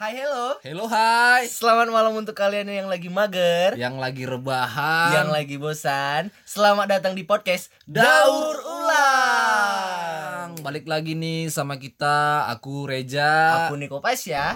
Hai hello. Hello hai. Selamat malam untuk kalian yang lagi mager, Yang lagi rebahan, yang lagi bosan. Selamat datang di podcast Daur Ulang. Balik lagi nih sama kita, aku Reja. Aku Niko Pas ya.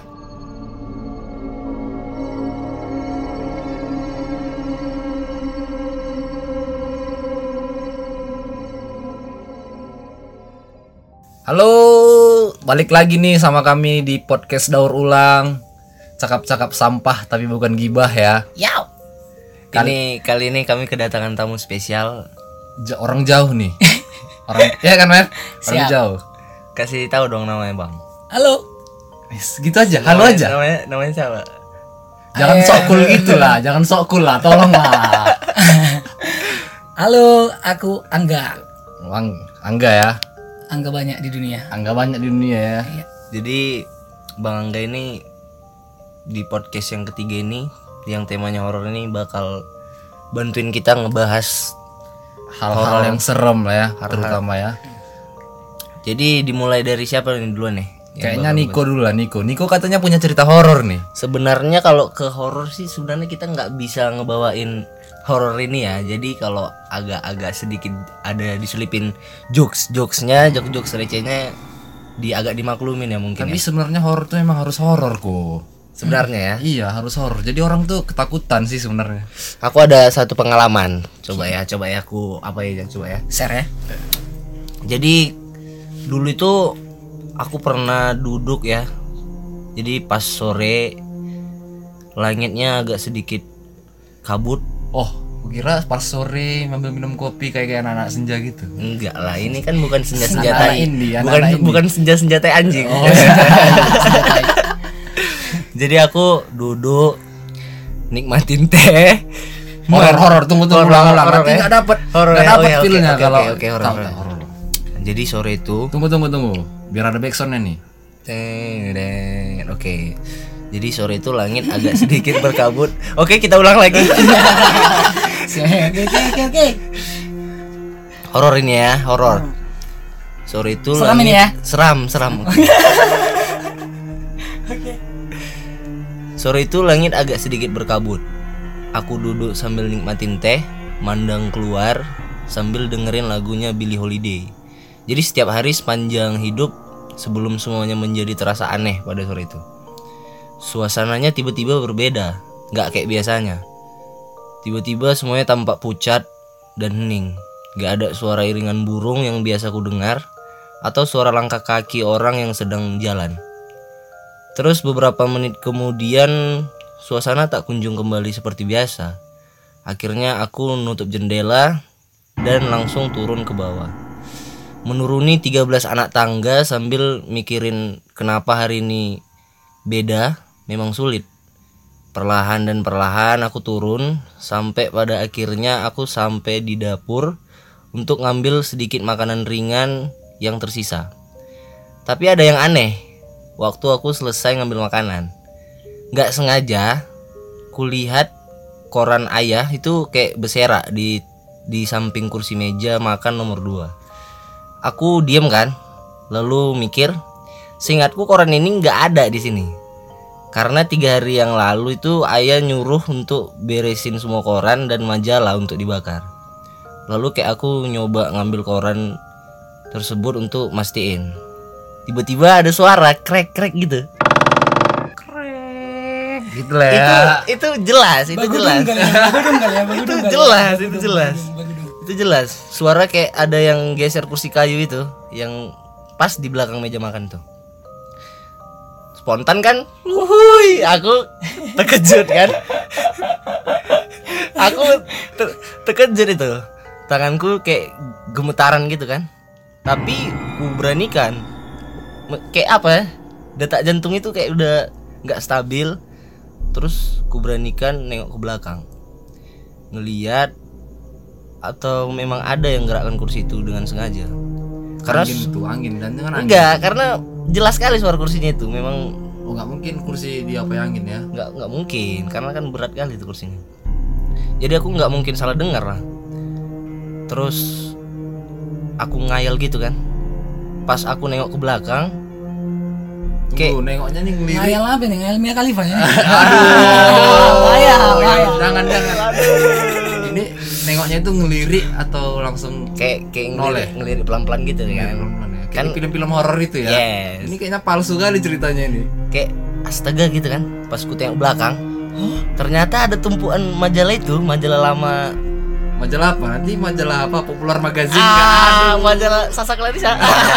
Halo, balik lagi nih sama kami di podcast Daur Ulang. Cakap-cakap sampah tapi bukan gibah ya. Yow. Kali ini kami kedatangan tamu spesial. Orang jauh nih. Orang ya kan, Mer? Orang Siap. jauh. Kasih tahu dong namanya, Bang. Halo. Gitu aja. Halo aja. Namanya siapa? Jangan sok cool gitu lah, jangan sok cool lah, tolong lah. Halo, aku Angga. Angga ya. Angga banyak di dunia. Angga banyak di dunia ya. Jadi Bang Angga ini di podcast yang ketiga ini, yang temanya horor ini bakal bantuin kita ngebahas Hal-hal horor. yang serem lah ya, Hal-hal. terutama ya. Jadi dimulai dari siapa nih duluan nih? Yang Kayaknya bakal Niko dulu lah, Niko. Niko katanya punya cerita horor nih. Sebenarnya kalau ke horor sih sebenarnya kita nggak bisa ngebawain horor ini ya. Jadi kalau agak-agak sedikit ada diselipin jokes-jokesnya, jokes recehnya agak dimaklumin ya mungkin. Tapi Ya. sebenarnya horor tuh emang harus horor kok. Sebenarnya ya. Iya, harus horor. Jadi orang tuh ketakutan sih sebenarnya. Aku ada satu pengalaman. Coba ya aku apa ya coba ya. Share ya. Jadi dulu itu aku pernah duduk ya. Jadi pas sore langitnya agak sedikit kabut. Oh, kira pas sore ngambil minum kopi kayak anak-anak senja gitu. Enggak lah, ini kan bukan senja-senjata Anak-anak indie, bukan anak-anak indie. bukan senja-senjata anjing. Oh, Jadi aku duduk nikmatin teh. horor. Tunggu ulang. Horor, Nanti ya? enggak dapat. Horor Enggak ya? dapat Oke, feel-nya oke, kalau oke, horor. tahu tak horor. Jadi sore itu Tunggu. Biar ada backsound-nya nih. Oke. Jadi sore itu langit agak sedikit berkabut. Oke, kita ulang lagi. Oke. Horor ini ya, horor. Sore itu Seram langit ini ya? Seram. Sore itu langit agak sedikit berkabut. Aku duduk sambil nikmatin teh, mandang keluar sambil dengerin lagunya Billie Holiday. Jadi setiap hari sepanjang hidup sebelum semuanya menjadi terasa aneh pada sore itu. Suasananya tiba-tiba berbeda, gak kayak biasanya. Tiba-tiba semuanya tampak pucat dan hening. Gak ada suara iringan burung yang biasa ku dengar atau suara langkah kaki orang yang sedang jalan. Terus beberapa menit kemudian suasana tak kunjung kembali seperti biasa. Akhirnya aku nutup jendela dan langsung turun ke bawah. Menuruni 13 anak tangga sambil mikirin kenapa hari ini beda memang sulit. Perlahan aku turun sampai pada akhirnya aku sampai di dapur untuk ngambil sedikit makanan ringan yang tersisa. Tapi ada yang aneh. Waktu aku selesai ngambil makanan, gak sengaja kulihat koran ayah itu kayak berserak di samping kursi meja makan nomor 2. Aku diem kan, lalu mikir, seingatku koran ini gak ada di sini. Karena 3 hari yang lalu itu ayah nyuruh untuk beresin semua koran dan majalah untuk dibakar. Lalu kayak aku nyoba ngambil koran tersebut untuk mastiin. Tiba-tiba ada suara krek-krek gitu. Krek gitu lah ya. Itu jelas, itu jelas. Itu jelas. Suara kayak ada yang geser kursi kayu itu yang pas di belakang meja makan tuh. Spontan kan? Wuhui, aku terkejut kan. Aku terkejut itu. Tanganku kayak gemetaran gitu kan. Tapi ku beranikan. Kayak apa ya? Detak jantung itu kayak udah gak stabil. Terus ku beranikan nengok ke belakang. Ngeliat atau memang ada yang gerakkan kursi itu dengan sengaja. Karena Angin dan dengan angin. enggak, karena jelas sekali suara kursinya itu. Memang Oh, enggak mungkin kursi dia apa angin ya. nggak mungkin, karena kan berat kali itu kursinya. Jadi aku nggak mungkin salah dengar lah. Terus aku ngayal gitu kan. Pas aku nengok ke belakang, Tunggu, nengoknya nih ngelirik. Ngayal apa nih? Ngayal Mia Khalifa ya? Aduh, jangan. Ini nengoknya itu ngelirik atau langsung Kayak Noleh. ngelirik pelan-pelan gitu kan. kan film-film horor itu ya. Yes. Ini kayaknya palsu kali ceritanya ini. Kayak astaga gitu kan. Pas ku tengok belakang, ternyata ada tumpuan majalah itu, majalah lama. Majalah apa? Nanti majalah apa? Popular Magazine kan? Majalah Sasa Clarissa.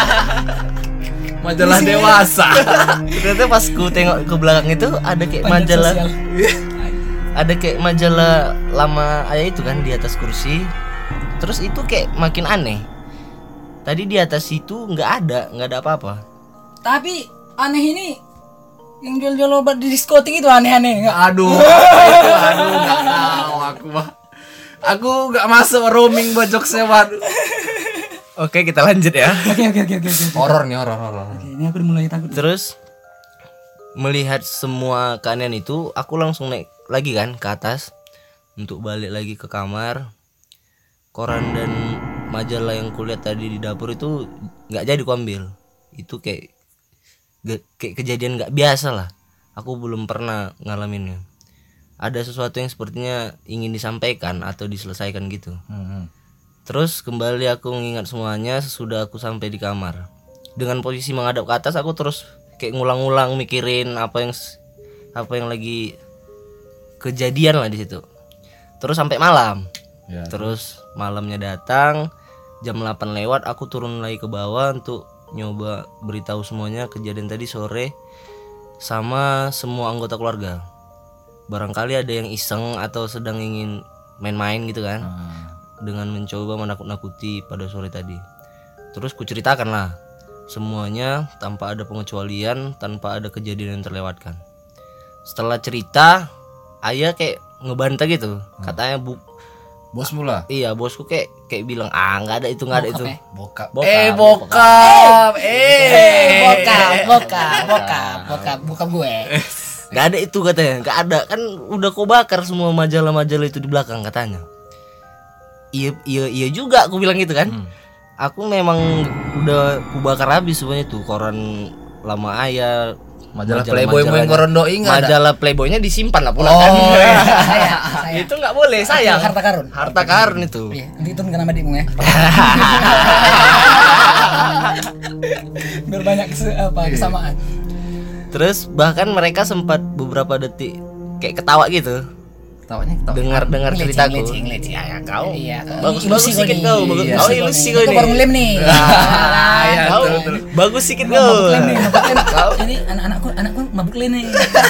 Majalah dewasa. Ternyata pas ku tengok ke belakang itu ada kayak Panjat majalah. sosial. Ada kayak majalah lama ayah itu kan di atas kursi. Terus itu kayak makin aneh. Tadi di atas itu nggak ada apa-apa. Tapi aneh ini yang jual-jual obat di diskotik itu aneh-aneh enggak? Aduh, nggak tahu aku mah. Aku nggak masuk roaming bajok sewa. Oke, kita lanjut ya. Oke. Horor nih, horor. Oke, ini aku udah mulai takut. Terus melihat semua keanehan itu, aku langsung naik lagi kan ke atas untuk balik lagi ke kamar. Koran dan majalah yang kulihat tadi di dapur itu nggak jadi kuambil. Itu kayak kejadian nggak biasa lah. Aku belum pernah ngalaminnya. Ada sesuatu yang sepertinya ingin disampaikan atau diselesaikan gitu. Terus kembali aku mengingat semuanya sesudah aku sampai di kamar. Dengan posisi menghadap ke atas, aku terus kayak ngulang-ngulang mikirin apa yang lagi kejadian lah di situ. Terus sampai malam. Ya. Terus malamnya datang, jam 8 lewat, aku turun lagi ke bawah untuk nyoba beritahu semuanya kejadian tadi sore sama semua anggota keluarga. Barangkali ada yang iseng atau sedang ingin main-main gitu kan, dengan mencoba menakut-nakuti pada sore tadi. Terus kuceritakan lah semuanya tanpa ada pengecualian, tanpa ada kejadian yang terlewatkan. Setelah cerita, ayah kayak ngebantah gitu. Katanya Bos mula. iya bosku kayak bilang nggak ada itu. Bokap. Bokap gue. Nggak ada itu katanya, nggak ada kan udah kau bakar semua majalah-majalah itu di belakang katanya. Iya juga aku bilang gitu kan. Aku memang udah kubakar habis semuanya tuh koran lama ayah. Majalah Playboy yang koron doi enggak ada. Majalah Playboynya disimpan lah pula kan. Saya. Itu nggak boleh sayang. Harta karun itu. Iya, nanti itu nama adikmu ya. Biar banyak kesamaan. Terus bahkan mereka sempat beberapa detik kayak ketawa gitu. Ketawanya Dengar ceritaku. Ngeleci. Ya kau. Iya. Bagus Ilusi sikit nih. kau. Kau ilusi kau Itu ini. baru ngelem nih. Kau bagus sikit Mabuk kau. lem nih, mabuk lem. Ini anakku mabuk lem nih.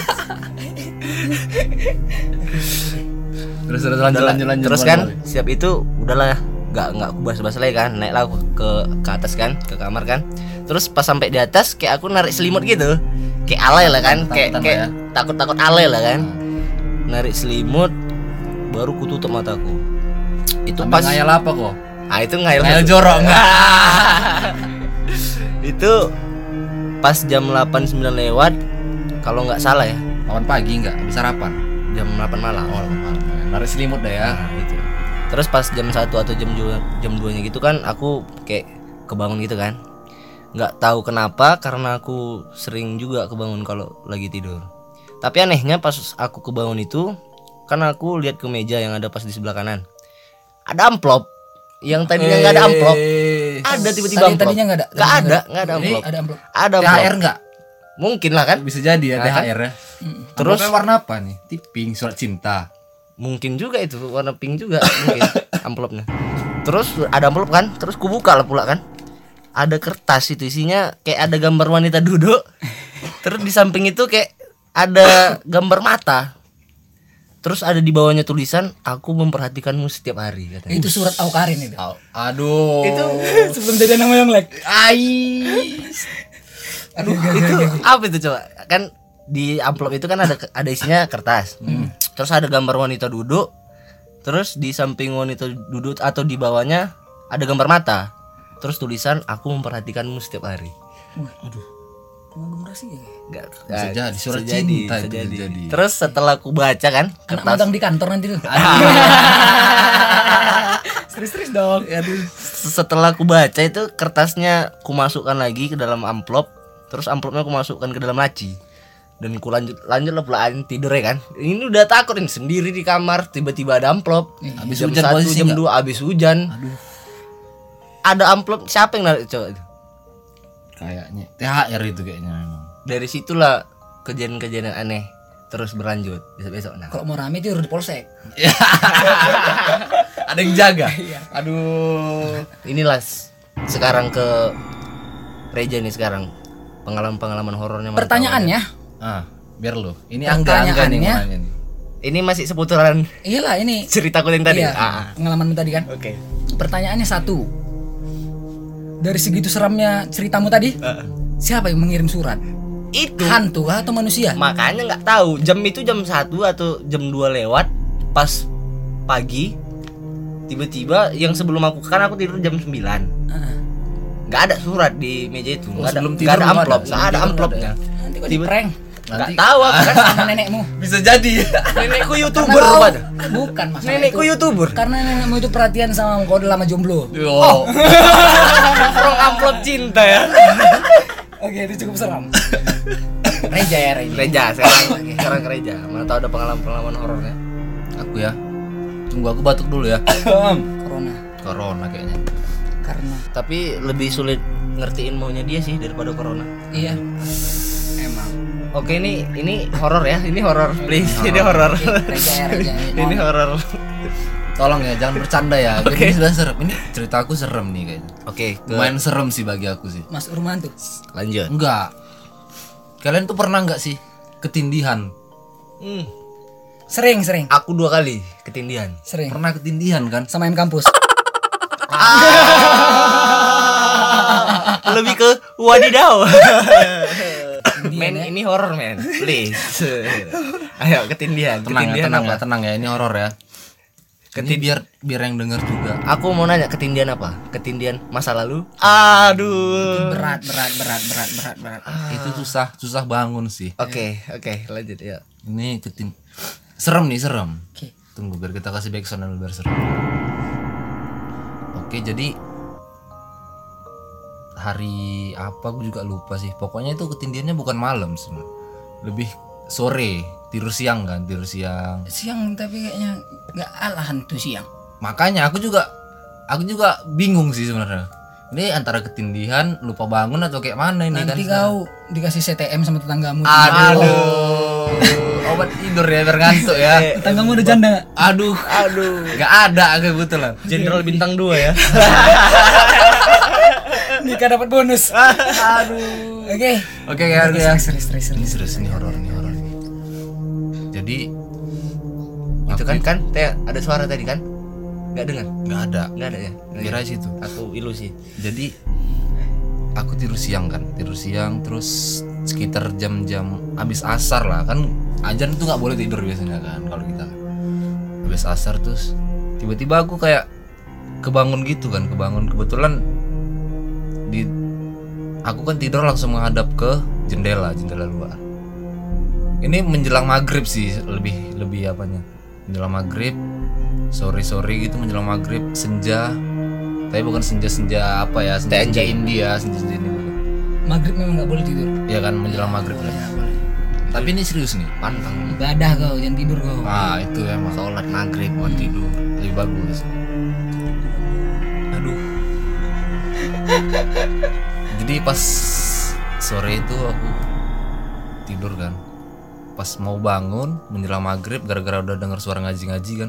Terus lanjut. Terus kan siap itu udahlah nggak aku bahas-bahas lagi kan, naiklah aku ke atas kan, ke kamar kan. Terus pas sampai di atas kayak aku narik selimut gitu, kayak alay lah kan, kayak takut alay lah kan. Narik selimut, baru ku tutup mataku. Itu sampai pas ngayal apa kok? Itu ngayal jorok enggak? Itu pas jam 8-9 lewat kalau nggak salah ya. 8 pagi enggak? Habis sarapan? Jam 8 malam. Narik selimut dah ya. Itu. Terus pas jam 1 atau jam 2-nya gitu kan aku kayak kebangun gitu kan. Nggak tahu kenapa, karena aku sering juga kebangun kalau lagi tidur. Tapi anehnya pas aku kebangun itu, kan aku lihat ke meja yang ada pas di sebelah kanan. Ada amplop. Yang tadinya nggak ada amplop. Ada tiba-tiba amplop. Tadinya nggak ada. Nggak ada amplop. Ada amplop. Ada amplop. THR enggak? Mungkin lah kan. Bisa jadi ya THR ya. Terus amplopnya warna apa nih? Pink, surat cinta. Mungkin juga itu warna pink juga mungkin amplopnya. Terus ada amplop kan, terus kubuka lah pula kan. Ada kertas itu isinya kayak ada gambar wanita duduk. Terus di samping itu kayak ada gambar mata. Terus ada di bawahnya tulisan, aku memperhatikanmu setiap hari katanya. Itu surat Aukarin itu. Aduh. Itu sebelum jadi nama yang like. Aduh, itu apa itu coba? Kan di amplop itu kan ada isinya kertas. Terus ada gambar wanita duduk. Terus di samping wanita duduk atau di bawahnya ada gambar mata. Terus tulisan, aku memperhatikanmu setiap hari. Ngomong rahasia ya. Bisa jadi surat cinta itu jadi. jadi. Terus setelah aku baca kan Anak magang di kantor nanti tuh. Serius dong. Setelah aku baca itu kertasnya aku masukkan lagi ke dalam amplop. Terus amplopnya aku masukkan ke dalam laci. Dan aku lanjut lah pelan tidur ya kan. Ini udah takut ini sendiri di kamar, tiba-tiba ada amplop. Habis Jam hujan 1, posisi jam nggak? 2 habis hujan. Aduh, Ada amplop, siapa yang narik coba? kayaknya THR itu kayaknya memang. Dari situlah kejadian-kejadian aneh terus berlanjut besok-besok. Nah, Kalau mau rame itu harus di polsek. Ada yang jaga. Iya. Aduh. inilah sekarang ke Reja nih sekarang. Pengalaman-pengalaman horornya mana tahu Pertanyaannya, Biar lu. Ini angga nih mau Pertanyaannya- nanya nih. aja. Ini masih seputaran iyalah ini. ceritaku yang tadi. Iya, pengalamanmu tadi kan. Oke. Pertanyaannya satu. Dari segitu seramnya ceritamu tadi, siapa yang mengirim surat? Itu Hantu kah atau manusia? makanya nggak tahu jam itu jam 1 atau jam 2 lewat pas pagi. Tiba-tiba yang sebelum aku tidur jam 9. Ah, Nggak ada surat di meja itu. Nggak ada, sebelum nggak tidur ada nggak amplop. ada? Nggak ada amplopnya. nanti kok di Tiba- prank Nggak tahu aku kan. sama nenekmu. Bisa jadi. Nenekku Karena YouTuber kau- rupanya. bukan masalah Nenekku itu. YouTuber. Karena nenekmu itu perhatian sama kau udah lama jomblo. Yo. Orang amplop cinta ya. Oke, itu cukup seram. Reja ya, Reja. Reja sekarang ke Reja. Mana tahu ada pengalaman horornya. Aku ya. Tunggu aku batuk dulu ya. Corona. Corona kayaknya. Karena Tapi lebih sulit ngertiin maunya dia sih daripada corona. iya. Emang. Oke, ini horor ya. Ini horor, please. Ini horor. Reja ya, Reja. Ini horor. Tolong ya, jangan bercanda ya. Oke. Ini sudah serem. Ini cerita aku serem nih kayaknya. Oke, Lumayan serem sih bagi aku sih. Mas rumah tuh. lanjut. Enggak. Kalian tuh pernah nggak sih ketindihan? Sering. Aku 2 kali ketindihan. Sering. Pernah ketindihan kan? Sama yang kampus. Lebih ke wadidaw. Men, ini horor men, please. Ayo ketindihan. Tenang ya, Ketindihan tenang apa? ya, tenang ya. Ini horor ya. Ini biar yang denger juga. Aku mau nanya ketindihan apa? Ketindihan masa lalu? Aduh. Berat. Itu susah bangun sih. Oke, lanjut ya. Ini serem nih, serem. Oke. Tunggu biar kita kasih backsound dulu biar serem. Oke, jadi hari apa aku juga lupa sih. Pokoknya itu ketindihannya bukan malam sebenarnya. Lebih sore, tidur siang. Siang tapi kayaknya nggak ala hantu siang. Makanya aku juga bingung sih sebenarnya. Ini antara ketindihan, lupa bangun atau kayak mana ini Nanti kan? kau dikasih CTM sama tetanggamu. Aduh. Obat tidur ya biar ngantuk ya. Tetanggamu udah janda nggak? Aduh. Gak ada kebetulan. Jenderal bintang 2 ya. Nikah dapat bonus. Aduh. Oke. Oke ya. Serius. Ini serius, ini horor. Jadi Itu kan teh ada suara tadi kan? Nggak dengar? nggak ada. Nggak ada ya? Kira situ. Aku ilusi. Jadi aku tidur siang terus sekitar jam-jam habis asar lah kan, ajan itu nggak boleh tidur biasanya kan kalau kita habis asar. Terus tiba-tiba aku kayak kebangun kebetulan aku kan tidur langsung menghadap ke jendela luar. Ini menjelang maghrib sih, lebih apanya, menjelang maghrib, sore gitu, menjelang maghrib, senja. Tapi bukan senja apa ya, senja India, senja ini bukan. Maghrib memang nggak boleh tidur. Ya kan menjelang maghrib lah. Tapi ini serius nih, pantang. Ibadah kau, jangan tidur kau. Ah itu emang Sholat maghrib mau tidur. lebih bagus. Aduh. Jadi pas sore itu aku tidur kan. Pas mau bangun menjelang maghrib gara-gara udah dengar suara ngaji kan.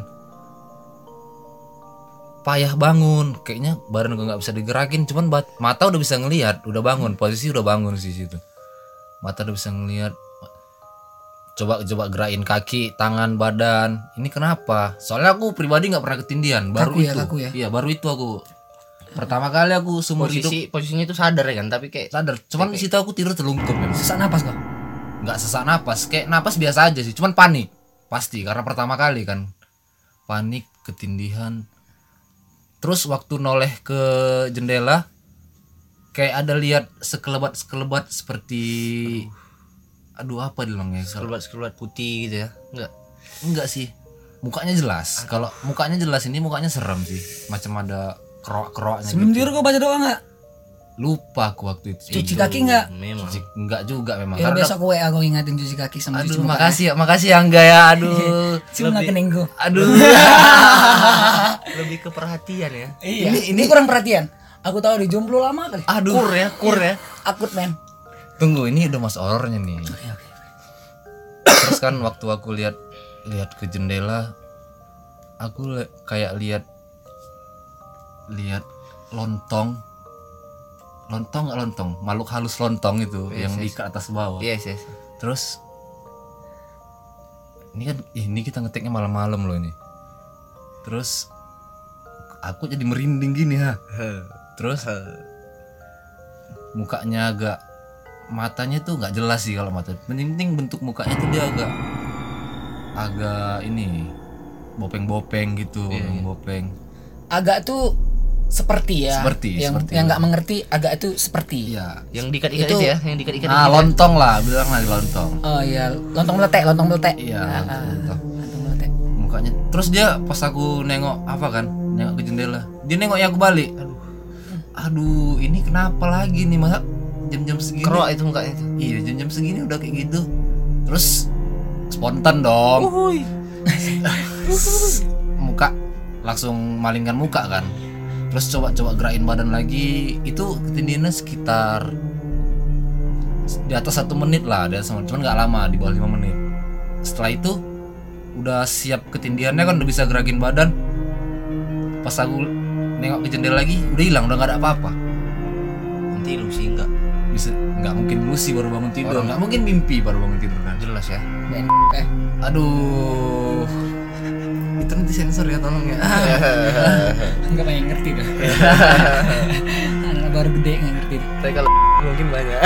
Payah bangun, kayaknya badan gue nggak bisa digerakin, cuman mata udah bisa ngelihat, udah bangun, posisi udah bangun sih situ. Mata udah bisa ngelihat. Coba gerakin kaki, tangan, badan. Ini kenapa? Soalnya aku pribadi nggak pernah ketindihan, baru Kaku ya? Iya, baru itu aku. Pertama kali aku seumur hidup Posisinya itu sadar ya kan, tapi kayak sadar. Cuman di situ aku tidur terlungkup ya. Sesak napas kau. Nggak sesak napas, kayak napas biasa aja sih, cuman panik. Pasti karena pertama kali kan. Panik, ketindihan. Terus waktu noleh ke jendela kayak ada lihat sekelebat seperti aduh apa bilangnya, sekelebat putih gitu ya. enggak sih, mukanya jelas. Kalau mukanya jelas, ini mukanya serem sih, macam ada kerok-keroknya Sebelum gitu. tidur kau baca doa nggak? Lupa aku waktu itu. Cuci kaki nggak? Memang. Enggak juga memang. Ya Karena besok gue aku ingatin cuci kaki sama cuci aduh, muka. makasih ya Angga ya. Aduh. Cuma kening gue. Aduh. Lebih ke perhatian ya. Iya. Ini kurang perhatian. Aku tahu di jomblo lama kali. Aduh. Kur ya. Akut men. Tunggu, ini udah mas horornya nih. Oke. Terus kan waktu aku lihat ke jendela, aku kayak lihat lontong, makhluk halus lontong itu yang di ke atas bawah. Yes. Terus ini kita ngeteknya malam-malam loh ini. Terus aku jadi merinding gini ha. Terus mukanya matanya tuh nggak jelas sih kalau mata. Penting bentuk mukanya tuh dia agak ini bopeng-bopeng gitu, bopeng. Agak tuh seperti ya. Seperti. Yang nggak mengerti agak itu seperti. Iya. Yang diikat-ikat itu ya, yang diikat-ikat. Lontong lah, bilang lagi lontong. Oh iya, lontong meletek. Iya, lontong. Lontong meletek. Mukanya. Terus dia pas aku nengok nengok ke jendela, dia nengok yang aku balik. Aduh, ini kenapa lagi nih, masa jam-jam segini? Kerok itu mukanya itu. Iya, jam-jam segini udah kayak gitu. Terus spontan dong. Muka langsung malingkan muka kan. Terus coba gerakin badan lagi. Itu ketindihannya sekitar di atas 1 menit lah, cuman nggak lama, di bawah 5 menit. Setelah itu udah siap ketindihannya kan, udah bisa gerakin badan. Pas aku nengok ke jendela lagi, udah hilang, udah nggak ada apa-apa. Nanti ilusi enggak? Bisa nggak mungkin ilusi baru bangun tidur, nggak mungkin mimpi baru bangun tidur kan. Jelas ya. Aduh, itu nanti sensor ya tolong ya. Enggak banyak yang ngerti dah. Anak baru gede nggak ngerti. Tapi kalau mungkin banyak.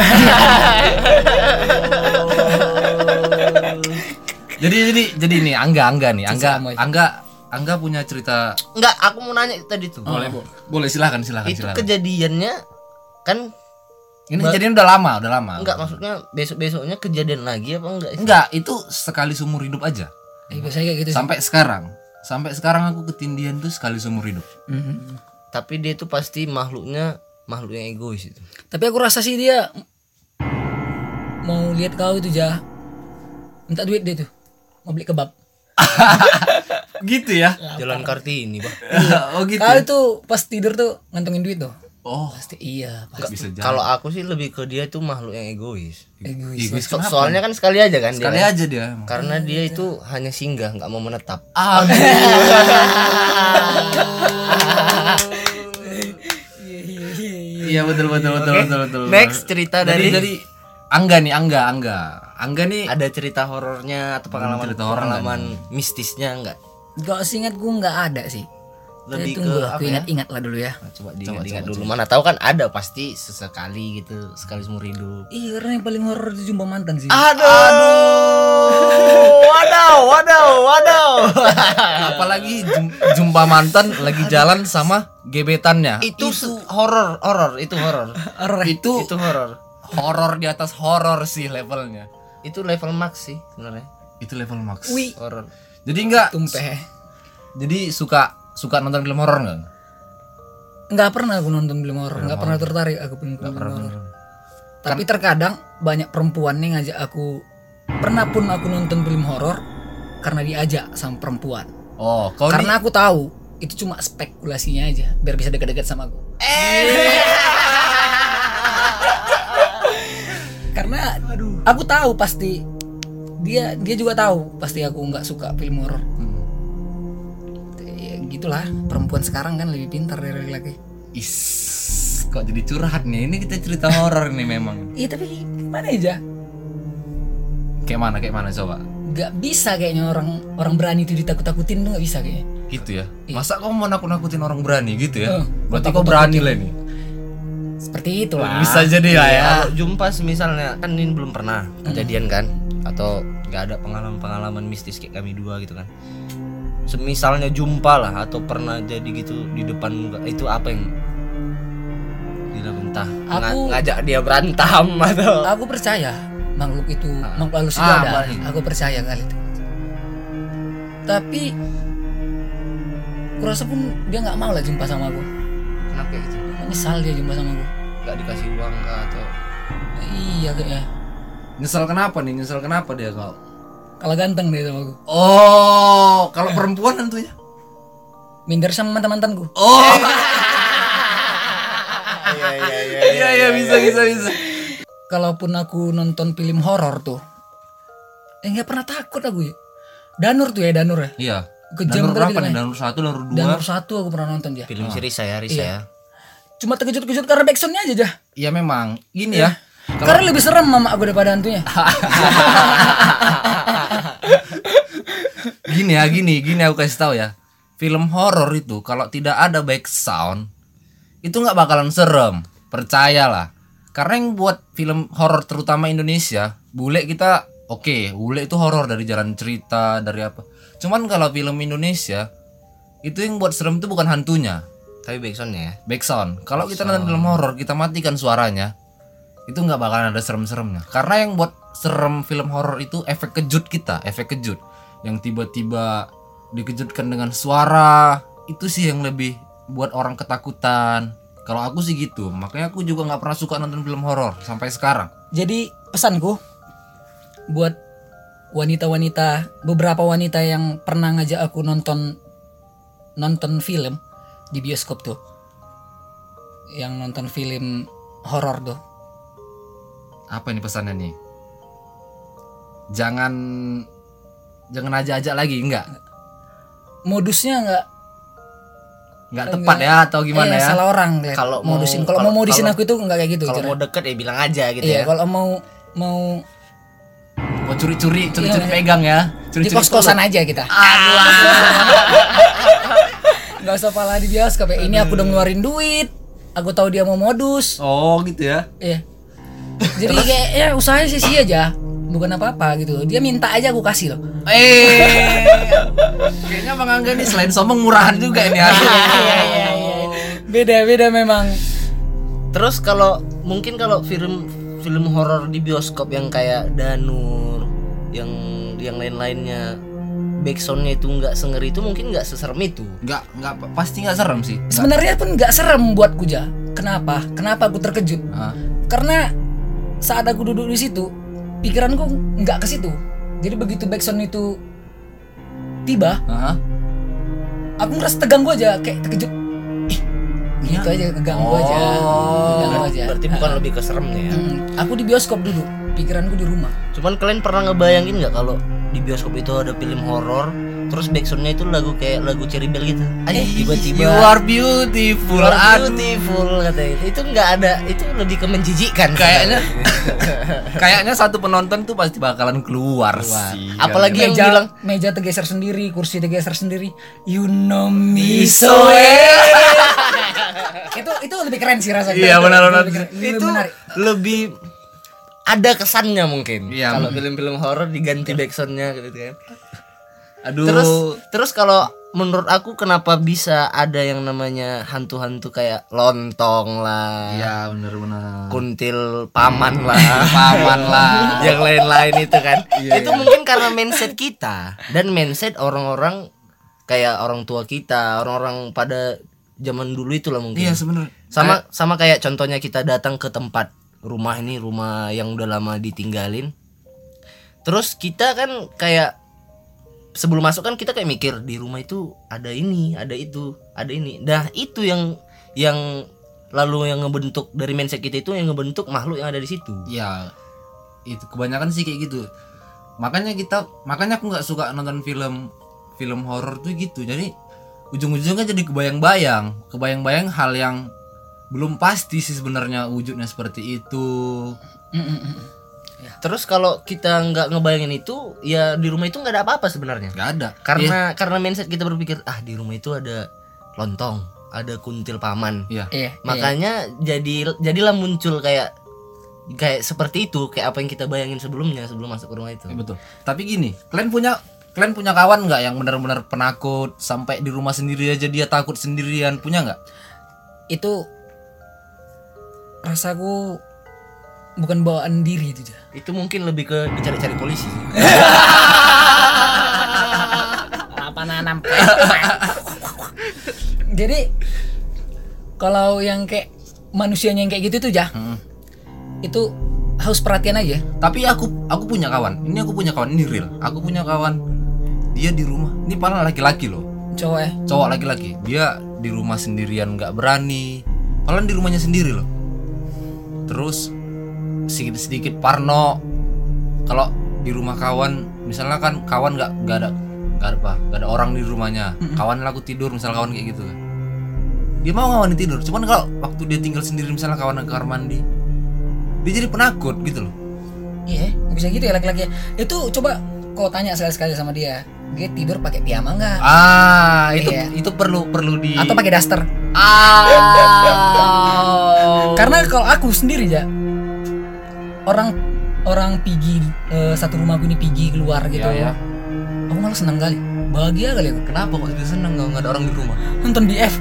Jadi nih Angga nih, Sama aja. Angga punya cerita. Enggak, aku mau nanya tadi tuh. Boleh silakan. Itu kejadiannya kan Ini kejadian udah lama. enggak, maksudnya besok-besoknya kejadian lagi apa enggak? Enggak, itu sekali seumur hidup aja. Biasanya kayak gitu. Sampai sekarang aku ketindihan tuh sekali seumur hidup. Tapi dia tuh pasti makhluk yang egois itu. Tapi aku rasa sih dia mau lihat kau itu minta duit dia tuh, mau beli kebab. Gitu ya. Jalan Kartini, Bah. Oh gitu. Kau itu pas tidur tuh ngantongin duit tuh. Oh, Pasti iya, nggak pasti. bisa jalan. Kalau aku sih lebih ke dia tuh makhluk yang egois. Egois. Soalnya kan sekali aja kan Sekali dia. aja dia. Karena dia itu hanya singgah, nggak mau menetap. Aduh. Iya betul. Next cerita Jadi Angga nih ada cerita horornya atau cerita horor pengalaman mistisnya enggak? Gak seingat gue nggak ada sih. Lebih Tunggu, ke aku apa ya? ingat-ingat lah dulu ya. Coba diingat dulu. Mana tahu kan ada pasti sesekali gitu, sekali seumur hidup. Iya, karena yang paling horor itu jumpa mantan sih. Waduh. apalagi jumpa mantan lagi jalan sama gebetannya. Itu horor, itu horor. Itu horor. horor di atas horor sih levelnya. Itu level max sih sebenarnya. Itu level max. Wih, Horor. Jadi enggak. tumpeh. Jadi suka nonton film horor enggak? Nggak pernah aku nonton film horor, nggak pernah tertarik aku film horor. Tapi terkadang banyak perempuan nih ngajak aku. Pernah pun aku nonton film horor karena diajak sama perempuan. Oh, kau Karena aku tahu itu cuma spekulasinya aja, biar bisa dekat-dekat sama aku. Karena aku tahu pasti dia juga tahu pasti aku nggak suka film horor. Ya, gitulah, perempuan sekarang kan lebih pintar dari laki-laki. Kok jadi curhat nih? Ini kita cerita horor nih memang. Iya, tapi mana aja Kayak mana coba? nggak bisa kayaknya orang berani itu ditakut-takutin tuh nggak bisa kayaknya. Gitu ya. Masa kau mau nakut-nakutin orang berani gitu ya? Oh, Berarti kau berani lah nih. Seperti itulah. Bisa jadi lah ya. Kalau jumpa misalnya kan ini belum pernah kejadian kan, atau nggak ada pengalaman mistis kayak kami dua gitu kan. Semisalnya jumpa lah atau pernah jadi gitu di depan muka, itu apa yang entah ngajak dia berantem atau Aku percaya makhluk itu makhluk halus itu ada. Aku percaya kali itu. Tapi kurasa pun dia nggak mau lah jumpa sama aku. kenapa kayak gitu? Menyesal dia jumpa sama aku. nggak dikasih uang kah atau Iya kayaknya. Nyesel kenapa nih? Nyesel kenapa dia kau? Kalau ganteng dia sama aku. Oh, kalau perempuan tentunya. Minder sama mantan-mantanku. Oh. iya bisa. Kalaupun aku nonton film horor tuh, nggak pernah takut aku ya. Danur tuh ya, Danur ya. Iya. Kejam Danur kali berapa nih? filmnya. Danur 1, Danur 2. Danur 1 aku pernah nonton dia. film series saya Iya. Cuma terkejut-kejut karena backsoundnya aja dah. Iya memang. Gini ya. Karena lebih serem mama aku daripada hantunya. Gini aku kasih tahu ya. Film horor itu kalau tidak ada back sound itu nggak bakalan serem, percayalah. Karena yang buat film horor terutama Indonesia, bule kita oke, bule itu horor dari jalan cerita, dari apa. Cuman kalau film Indonesia itu yang buat serem itu bukan hantunya, tapi backsoundnya ya. back sound. Kalau kita nonton film horor, kita matikan suaranya, itu nggak bakalan ada serem-seremnya. Karena yang buat serem film horor itu efek kejut kita, efek kejut yang tiba-tiba dikejutkan dengan suara, itu sih yang lebih buat orang ketakutan. Kalau aku sih gitu, makanya aku juga nggak pernah suka nonton film horor sampai sekarang. Jadi pesanku buat wanita-wanita, beberapa wanita yang pernah ngajak aku nonton film di bioskop tuh, yang nonton film horor tuh, Apa ini pesannya nih? Jangan ajak-ajak lagi, enggak modusnya tepat ya atau gimana ya? salah orang deh. Kalau mau- modusin, kalau mau modusin kalau- aku itu nggak kayak gitu. Kalau cara. mau deket ya bilang aja gitu Iya, ya. kalau mau Mau curi-curi Iya. pegang ya. di kos-kosan aja kita. Nggak usah pala di bioskop ya. Ini aku udah ngeluarin duit. Aku tahu dia mau modus. Oh, gitu ya. Iya. Jadi kayak ya usahanya sih aja. Bukan apa-apa gitu. Dia minta aja aku kasih loh. Kayaknya Bang Angga nih selain sombong murahan juga ini. Iya. Beda memang. Terus kalau mungkin kalau film horor di bioskop yang kayak Danur, yang lain-lainnya, backsoundnya itu nggak sengeri itu, mungkin nggak seserem itu. Enggak pasti enggak serem sih. Sebenarnya pun nggak serem buatku ja. Kenapa? Kenapa aku terkejut? Ah. Karena saat aku duduk di situ, pikiranku nggak ke situ. Jadi begitu backsound itu tiba, Heeh. aku ngerasa teganggu aja, kayak terkejut. Gitu aja, keganggu aja. Keganggu aja. Berarti bukan lebih ke seremnya ya. Aku di bioskop duduk, pikiranku di rumah. Cuman kalian pernah ngebayangin nggak kalau di bioskop itu ada film horor, terus backsoundnya itu lagu kayak lagu Cherry Bell gitu. Tiba-tiba You are beautiful. You are beautiful katanya. Itu nggak ada, itu lebih ke menjijikkan. Kayaknya satu penonton tuh pasti bakalan keluar sih. Apalagi yang bilang Meja tergeser sendiri, kursi tergeser sendiri. You know me so well. itu lebih keren sih rasanya. Iya, benar. itu menarik. lebih ada kesannya mungkin. Iya. Kalau film-film horor diganti backsoundnya gitu kan. Aduh. Terus kalau menurut aku kenapa bisa ada yang namanya hantu-hantu kayak lontong lah, Iya, benar. kuntil paman lah, yang lain-lain itu kan. Itu mungkin karena mindset kita dan mindset orang-orang kayak orang tua kita, orang-orang pada zaman dulu itu lah mungkin. Iya, sebenarnya. Sama kayak contohnya kita datang ke tempat rumah yang udah lama ditinggalin. Terus kita kan kayak sebelum masuk kan kita kayak mikir di rumah itu ada ini, ada itu, ada ini. Nah, itu yang lalu yang ngebentuk dari mindset kita itu yang ngebentuk makhluk yang ada di situ. Ya, itu kebanyakan sih kayak gitu. Makanya aku nggak suka nonton film horor tuh gitu. Jadi ujung-ujungnya jadi kebayang-bayang hal yang belum pasti sih sebenarnya wujudnya seperti itu. Terus kalau kita nggak ngebayangin itu, ya di rumah itu nggak ada apa-apa sebenarnya. Nggak ada. Karena mindset kita berpikir di rumah itu ada lontong, ada kuntil paman. Iya. Makanya jadilah muncul kayak seperti itu, kayak apa yang kita bayangin sebelum masuk ke rumah itu. Ya, betul. Tapi gini, kalian punya kawan nggak yang benar-benar penakut sampai di rumah sendiri aja dia takut sendirian, punya nggak? Itu rasaku bukan bawaan diri itu aja. Itu mungkin lebih ke dicari-cari polisi. Jadi kalau yang kayak manusianya yang kayak gitu tuh itu harus perhatian aja. Tapi aku punya kawan. Ini aku punya kawan, ini real. Aku punya kawan. Dia di rumah. Ini padahal laki-laki loh. Cowok laki-laki. Dia di rumah sendirian nggak berani. Padahal di rumahnya sendiri loh. Terus sedikit-sedikit parno. Kalau di rumah kawan, misalnya kan kawan nggak ada orang di rumahnya. Kawan aku tidur, misalnya kawan kayak gitu kan. Dia mau ngawanin tidur. Cuman kalau waktu dia tinggal sendiri, misalnya kawan ke kamar mandi, dia jadi penakut gitu loh. Iya, bisa gitu ya laki-laki. Itu coba kau tanya sekali-sekali sama dia. Dia tidur pakai piyama enggak? Itu perlu di Atau pakai daster? Karena kalau aku sendiri ya, orang pergi satu rumahku ini pergi keluar gitu. Ya. Aku malah senang kali, bahagia kali aku. Kenapa kok bisa seneng kalau nggak ada orang di rumah? Nonton BF.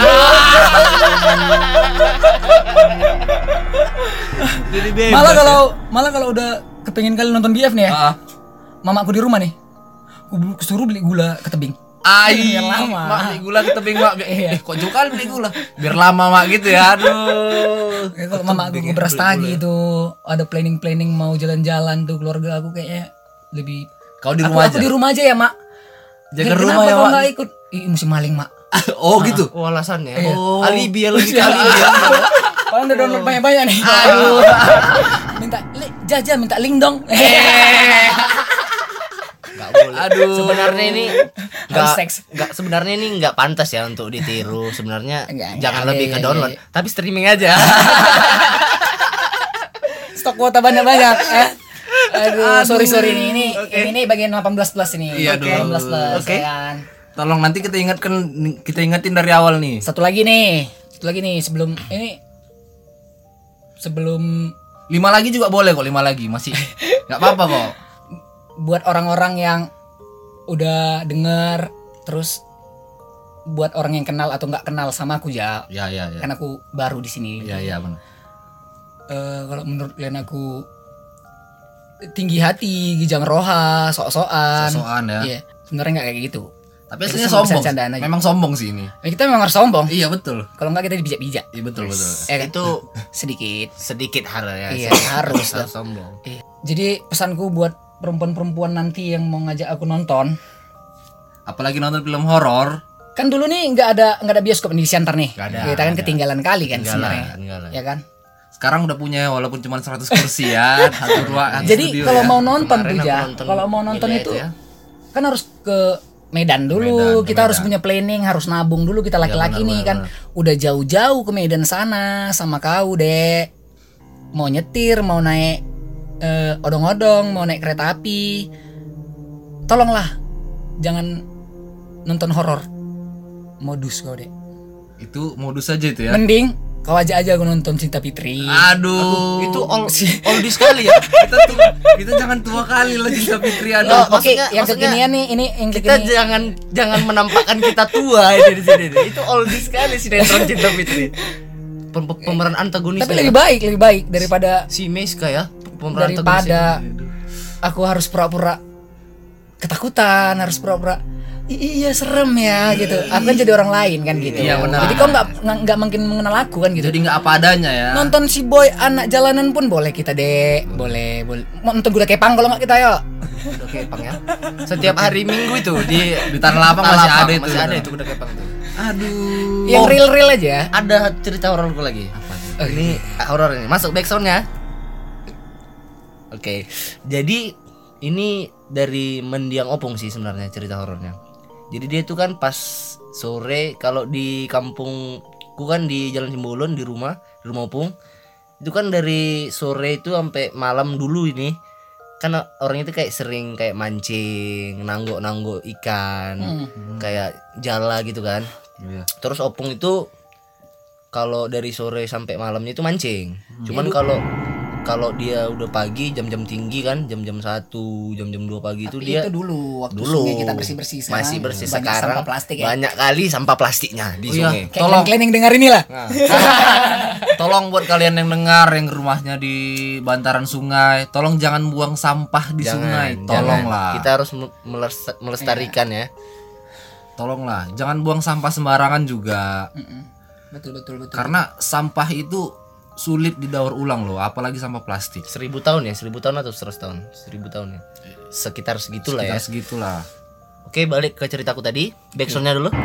Jadi Malah kalau udah kepengen kali nonton BF nih ya. Mamaku di rumah nih. Aku suruh beli gula ke tebing. Biar lama. Mak beli gula ke tebing mak. Kok jauh kali beli gula? Biar lama mak gitu ya. Aduh. Kalau mama aku beras tagi itu ada planning mau jalan-jalan tuh keluarga aku kayaknya lebih. Kau di rumah aja. Aku di rumah aja ya mak. Jaga Kenapa rumah ya kau mak. nggak ikut? Musim maling mak. Oh gitu. Oh alasannya. Iya. Alibi lebih alibi. Kalau udah download banyak-banyak nih. Aduh. Minta minta link dong. Nggak boleh. Aduh. Sebenarnya ini Harus seks. sebenarnya ini nggak pantas ya untuk ditiru. Sebenarnya Enggak, jangan enggak, lebih ke iya, download, iya. tapi streaming aja. Stok kuota banyak-banyak. Aduh, sorry nih. Ini bagian 18 plus ini. Iya, 18 plus. Oke. Kan. Tolong nanti kita ingetin dari awal nih. Satu lagi nih sebelum 5 lagi juga boleh kok, 5 lagi masih nggak apa-apa kok. buat orang-orang yang udah denger, terus buat orang yang kenal atau nggak kenal sama aku ya. Ya. Kan aku baru di sini. Ya benar. Kalau menurut kalian aku tinggi hati, gijang roha, sok-sokan. Sok-sokan ya. Iya, sebenarnya nggak kayak gitu. Tapi Itu aslinya cuma sombong. bercandaan aja. Memang sombong sih ini. Kita memang harus sombong. Iya betul. Kalau nggak kita dibijak-bijak. Iya betul. Kan? Itu sedikit. harus ya. Iya, harus harus sombong. Iya. Jadi pesanku buat perempuan-perempuan nanti yang mau ngajak aku nonton, Apalagi nonton film horor. kan dulu nih nggak ada bioskop di Siantar nih. Nggak ada, Kita kan ketinggalan kali kan Enggak lah, sebenarnya. enggak lah. Ya kan? Sekarang udah punya walaupun cuma 100 kursi ya, satu ruangan. Jadi studio kalau ya. mau nonton Kemarin tuh aku ya, nonton kalau mau nonton Gilead itu ya. kan harus ke Medan dulu. Medan, ke Kita harus Medan. punya planning, harus nabung dulu. Kita laki-laki benar, nih benar, kan udah jauh-jauh ke Medan sana sama kau, Dek. Mau nyetir, mau naik odong-odong, mau naik kereta api. Tolonglah jangan nonton horor. Modus kau, Dek. Itu modus aja itu ya. Mending kau aja aku nonton Cinta Fitri. Aduh. Itu oldie sekali ya. Kita jangan tua kali lagi Cinta Fitri. Aduh. Oh, Oke, maksudnya- yang kekinian nih, ini yang Kita kekinian. jangan menampakkan kita tua ini di sini. Itu oldie sekali sinetron Cinta Fitri. Pemeran antagonis. Tapi lebih baik daripada si Meska ya, pemeran daripada antagonis. aku harus pura-pura ketakutan, harus pura-pura iya serem ya gitu. Aku kan jadi orang lain kan gitu. Iya, benar. Jadi kau nggak mungkin mengenal aku kan gitu. Jadi nggak apa adanya ya. Nonton si boy anak jalanan pun boleh kita, Dek. Boleh. Mau nonton kuda kepang kalau nggak kita yuk. Udah kepang ya. Setiap hari Minggu itu di Tanah Lapang masih ada itu. Masih ada itu kuda kepang tuh. Aduh. Yang real aja. Ada cerita hororku lagi. Ini horor ini. Masuk backsoundnya. Oke. Jadi ini dari Mendiang Opung sih sebenarnya cerita horornya. Jadi dia tuh kan pas sore, kalau di kampungku kan di Jalan Simbolon di rumah Opung. Itu kan dari sore itu sampai malam dulu ini. Kan orang itu kayak sering kayak mancing, nanggok ikan, kayak jala gitu kan. Iya. Terus Opung itu kalau dari sore sampai malamnya itu mancing. Cuman kalau dia udah pagi jam-jam tinggi kan, jam-jam 1, jam-jam 2 pagi itu dia Itu dulu waktu dulu sungai kita bersih-bersih. Sekarang masih bersih. banyak Sekarang sampah plastik ya. banyak kali sampah plastiknya di sungai. Kayak Tolong. Glenn dengar inilah. Nah, Tolong buat kalian yang dengar yang rumahnya di bantaran sungai, tolong jangan buang sampah di sungai. Tolonglah. Kita harus melestarikan ya. Tolonglah, jangan buang sampah sembarangan juga. Betul. Karena sampah itu sulit didaur ulang loh, apalagi sampah plastik. 1000 tahun ya, 1000 tahun atau 100 tahun? 1000 tahun ya. Sekitar segitulah ya. Segitulah. Oke, balik ke ceritaku tadi. Backsoundnya dulu.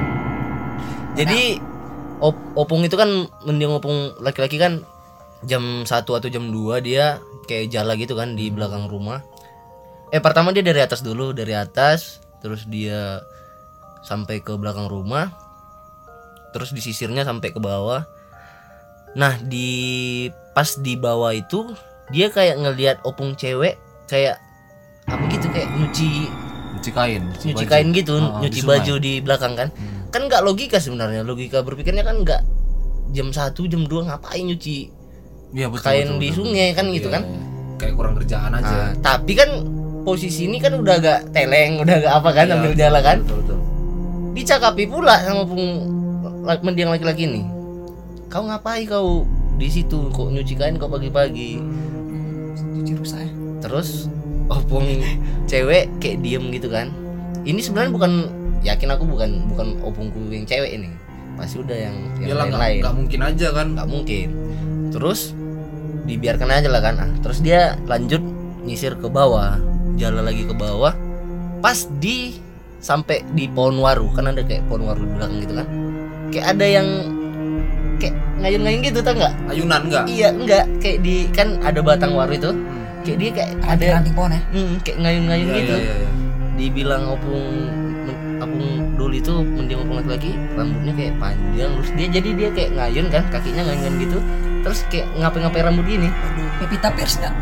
Jadi opung itu kan mending opung laki-laki kan jam 1 atau jam 2 dia kayak jala gitu kan di belakang rumah. Pertama dia dari atas dulu, dari atas, terus dia sampai ke belakang rumah. Terus disisirnya sampai ke bawah. Nah, pas di bawah itu dia kayak ngelihat opung cewek kayak apa gitu, kayak nyuci kain gitu, nyuci baju di belakang kan. Kan nggak logika sebenarnya, logika berpikirnya kan nggak jam 1 jam 2 ngapain nyuci kain di sungai kan gitu kan. Kayak kurang kerjaan aja. Tapi kan posisi ini kan udah agak teleng, udah agak apa kan, sambil jalan kan. Betul. Dicakapi pula sama mendiang laki-laki ini. Kau ngapain kau di situ, kok nyuci kain kok pagi-pagi? Cuci rusak ya. Terus opung cewek kayak diem gitu kan. Ini sebenarnya bukan, yakin aku bukan opungku yang cewek ini. Pasti udah yang lain. Nggak mungkin aja kan? Nggak mungkin. Terus dibiarkan aja lah kan. Terus dia lanjut nyisir ke bawah, jalan lagi ke bawah. Pas sampai di pohon waru, kan ada kayak pohon waru di belakang gitu kan. Kayak ada yang kayak ngayun-ngayun gitu, tau nggak? Ayunan nggak? Iya, enggak, kayak kan ada batang waru itu. Kayak dia kayak ada ranting pohon ya. Kayak ngayun-ngayun gitu. Iya. Dibilang opung dulu itu mending opung laki-laki, rambutnya kayak panjang, terus dia kayak ngayun kan, kakinya ngayun gitu. Terus kayak ngapain rambut gini. Pevita Pierce enggak?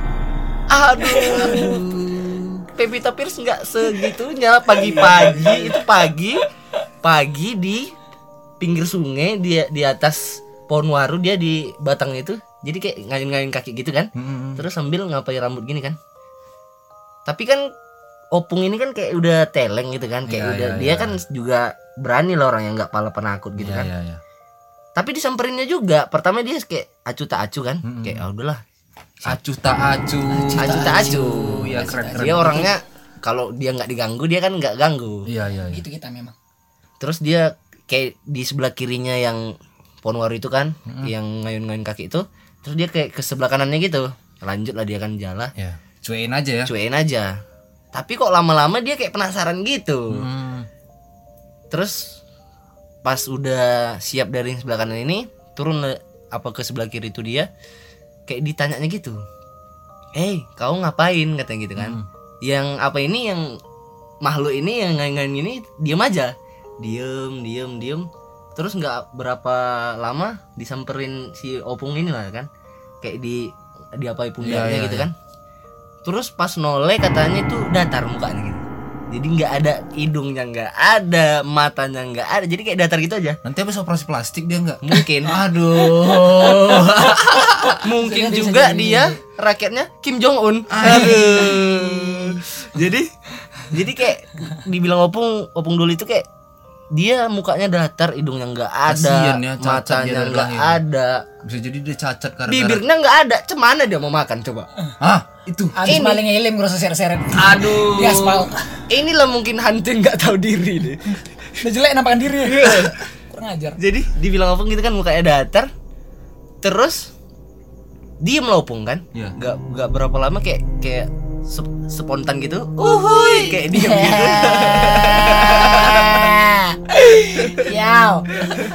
Aduh. Pevita Pierce enggak segitunya. Pagi-pagi itu pagi di pinggir sungai, dia di atas pohon waru, dia di batang itu. Jadi kayak ngayun-ngayun kaki gitu kan. Terus sambil ngapain rambut gini kan. Tapi kan opung ini kan kayak udah teleng gitu kan, kayak dia kan juga berani lah, orang yang enggak pala penakut gitu kan. Iya. Tapi disamperinnya juga. Pertama dia kayak acu tak acu kan. Kayak udahlah. Acu tak acu. Ya keren. Dia orangnya kalau dia nggak diganggu dia kan nggak ganggu. Iya. Gitu kita memang. Terus dia kayak di sebelah kirinya yang pohon waru itu kan, yang ngayun-ngayun kaki itu. Terus dia kayak ke sebelah kanannya gitu. Lanjut lah dia kan jalan. Ya. Cuekin aja. Tapi kok lama-lama dia kayak penasaran gitu. Terus pas udah siap dari sebelah kanan ini, turun ke sebelah kiri itu dia kayak ditanyanya gitu. Kau ngapain, katanya gitu kan. Yang apa ini, yang makhluk ini yang ngayun-ngayun ini diem aja. Diem. Terus nggak berapa lama disamperin si opung ini lah kan. Kayak diapai pundaknya gitu kan. Terus pas noleh katanya itu datar mukanya gitu. Jadi nggak ada hidungnya, nggak ada matanya, nggak ada. Jadi kayak datar gitu aja. Nanti habis operasi plastik dia nggak? Mungkin. Aduh. Mungkin juga dia rakyatnya Kim Jong Un. Aduh. Jadi kayak dibilang opung dulu itu kayak dia mukanya datar, hidungnya nggak ada, ya, matanya nggak ada. Bisa jadi dia cacat karena bibirnya nggak ada. Cemana dia mau makan coba? Itu. Abis maling ngilim ngerasa seret-seret. Aduh. Di aspal. Inilah mungkin hantu nggak tahu diri deh. Udah jelek nampakan diri ya. Kurang ajar. Jadi dibilang opung gitu kan mukanya datar. Terus diem lah opung kan. Iya. Nggak berapa lama kayak spontan gitu. Uhuy, kayak diem gitu. Yaw.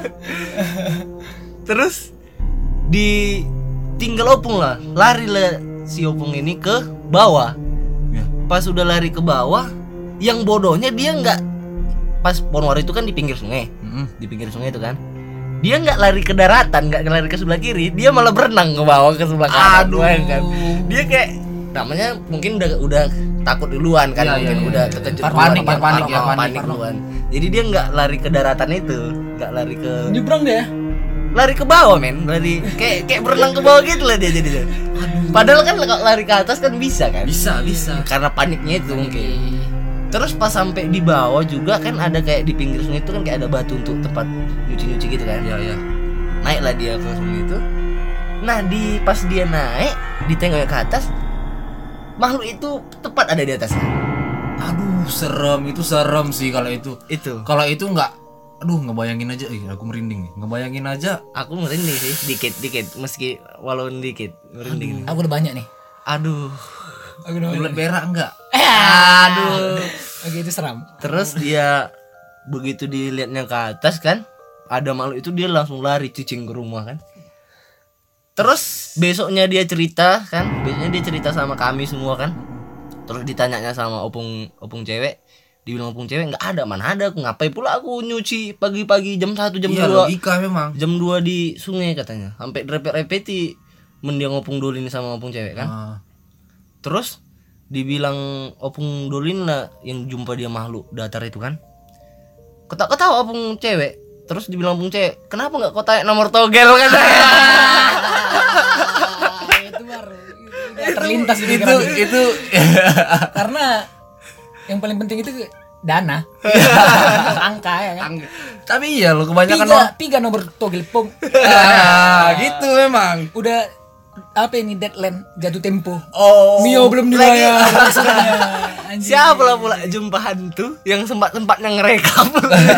Terus ditinggal opung lah, lari lah si opung ini ke bawah. Pas udah lari ke bawah, yang bodohnya dia nggak, pas pohon waru itu kan di pinggir sungai, di pinggir sungai itu kan, dia nggak lari ke daratan, nggak lari ke sebelah kiri, dia malah berenang ke bawah ke sebelah kanan. Aduh. Kan. Dia kayak namanya mungkin udah takut duluan kan, mungkin udah terkejut, panik duluan. Jadi dia nggak lari ke daratan itu, nggak lari ke, nyebrang deh. lari ke bawah men, lari kayak berenang ke bawah gitu lah dia jadinya. Padahal kan lari ke atas kan bisa kan? Bisa. Karena paniknya itu mungkin. Terus pas sampai di bawah juga kan ada kayak di pinggir sungai itu kan kayak ada batu untuk tempat nyuci gitu kan? Iya. Naiklah dia ke sungai itu. Nah pas dia naik, ditengok ke atas, makhluk itu tepat ada di atasnya. Aduh, serem sih kalau itu. Itu. Kalau itu nggak aduh ngebayangin aja, aku merinding nih. Ngebayangin aja. Aku merinding sih, dikit meski walaupun dikit merinding. Aku udah banyak nih. Aduh. Aku udah Bulat berak enggak? Aduh. Oke, itu seram. Terus dia begitu dilihatnya ke atas kan, ada makhluk itu, dia langsung lari cicing ke rumah kan. Terus besoknya dia cerita sama kami semua kan. Terus ditanyanya sama opung cewek, dibilang opung cewek nggak ada, mana ada, aku ngapain pula aku nyuci pagi-pagi jam 1 jam 2. Iya, logika memang. Jam 2 di sungai katanya. Sampai repeti mendiang opung Dolin sama opung cewek kan. Terus dibilang opung Dolin lah yang jumpa dia makhluk datar itu kan. Ketawa opung cewek. Terus dibilang opung cewek, kenapa nggak kau tanya nomor togel kan? Itu baru terlintas di pikiran. Itu Karena yang paling penting itu dana. Angka ya kan. Tapi iya lo kebanyakan Tiga nomor togel pom. gitu memang. Udah apa ini deadline jatuh tempo. Oh. Mio belum dibayar. Anjing. Siapa pula jumpa hantu yang sempat-sempatnya ngerekam.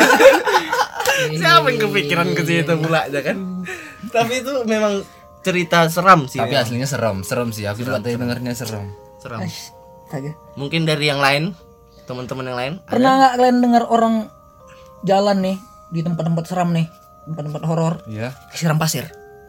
Siapa yang kepikiran ke situ pula aja kan. Tapi itu memang cerita seram sih. Tapi memang. aslinya serem sih. Aku juga tadi dengarnya serem. Seram. Astaga. Mungkin dari yang lain, teman-teman yang lain. Pernah nggak kalian dengar orang jalan nih di tempat-tempat seram nih, tempat-tempat horor, Iya. siram pasir?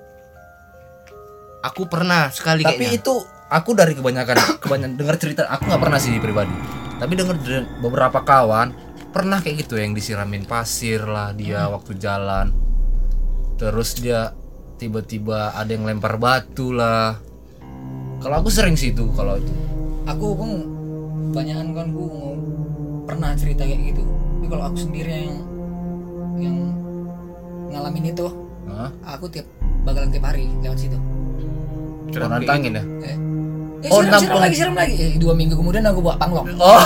Aku pernah sekali Tapi kayaknya. itu aku dari kebanyakan dengar cerita, aku nggak pernah sih pribadi. Tapi dengar beberapa kawan pernah kayak gitu yang disiramin pasir lah dia waktu jalan. Terus dia tiba-tiba ada yang lempar batu lah. Kalau aku sering sih itu kalau itu. Aku pun banyakan kan aku pernah cerita kayak gitu. Tapi kalau aku sendiri yang ngalamin itu, Hah? aku bakalan tiap hari lewat situ. Kau nantangin ya? Siram lagi. 2 minggu kemudian aku bawa panglong. Oh,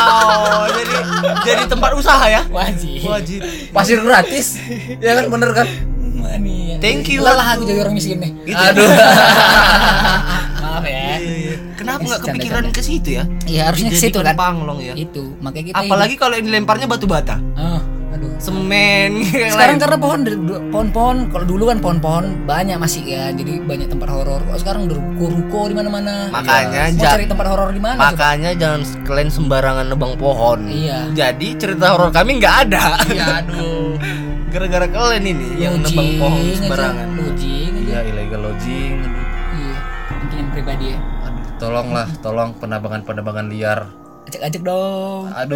jadi tempat usaha ya? Wajib. Pasir gratis. Ya kan bener kan? Mani. Thank you. Lelah aku jadi orang miskin nih. Gitu. Aduh. Maaf ya. Kenapa nggak kepikiran ke situ ya? Iya, harusnya ke situ kan. Panglong ya. Itu, makanya kita Apalagi kalau yang dilemparnya batu bata, aduh. semen yang Sekarang lain. karena pohon-pohon, kalau dulu kan pohon-pohon banyak masih ya, jadi banyak tempat horor. Kalau sekarang udah ruko-ruko di mana-mana. Makanya Mau cari tempat horor di mana? coba? Makanya jangan kalian sembarangan nebang pohon. Iya. Jadi cerita horor kami nggak ada. Ya aduh. Gara-gara kalian ini yang nebang pohon sembarangan. Loging aja. Ya illegal lodging. Aduh. Iya. Mungkin yang pribadi ya. Aduh, tolong penerbangan liar. Ajak-ajak dong. Aduh,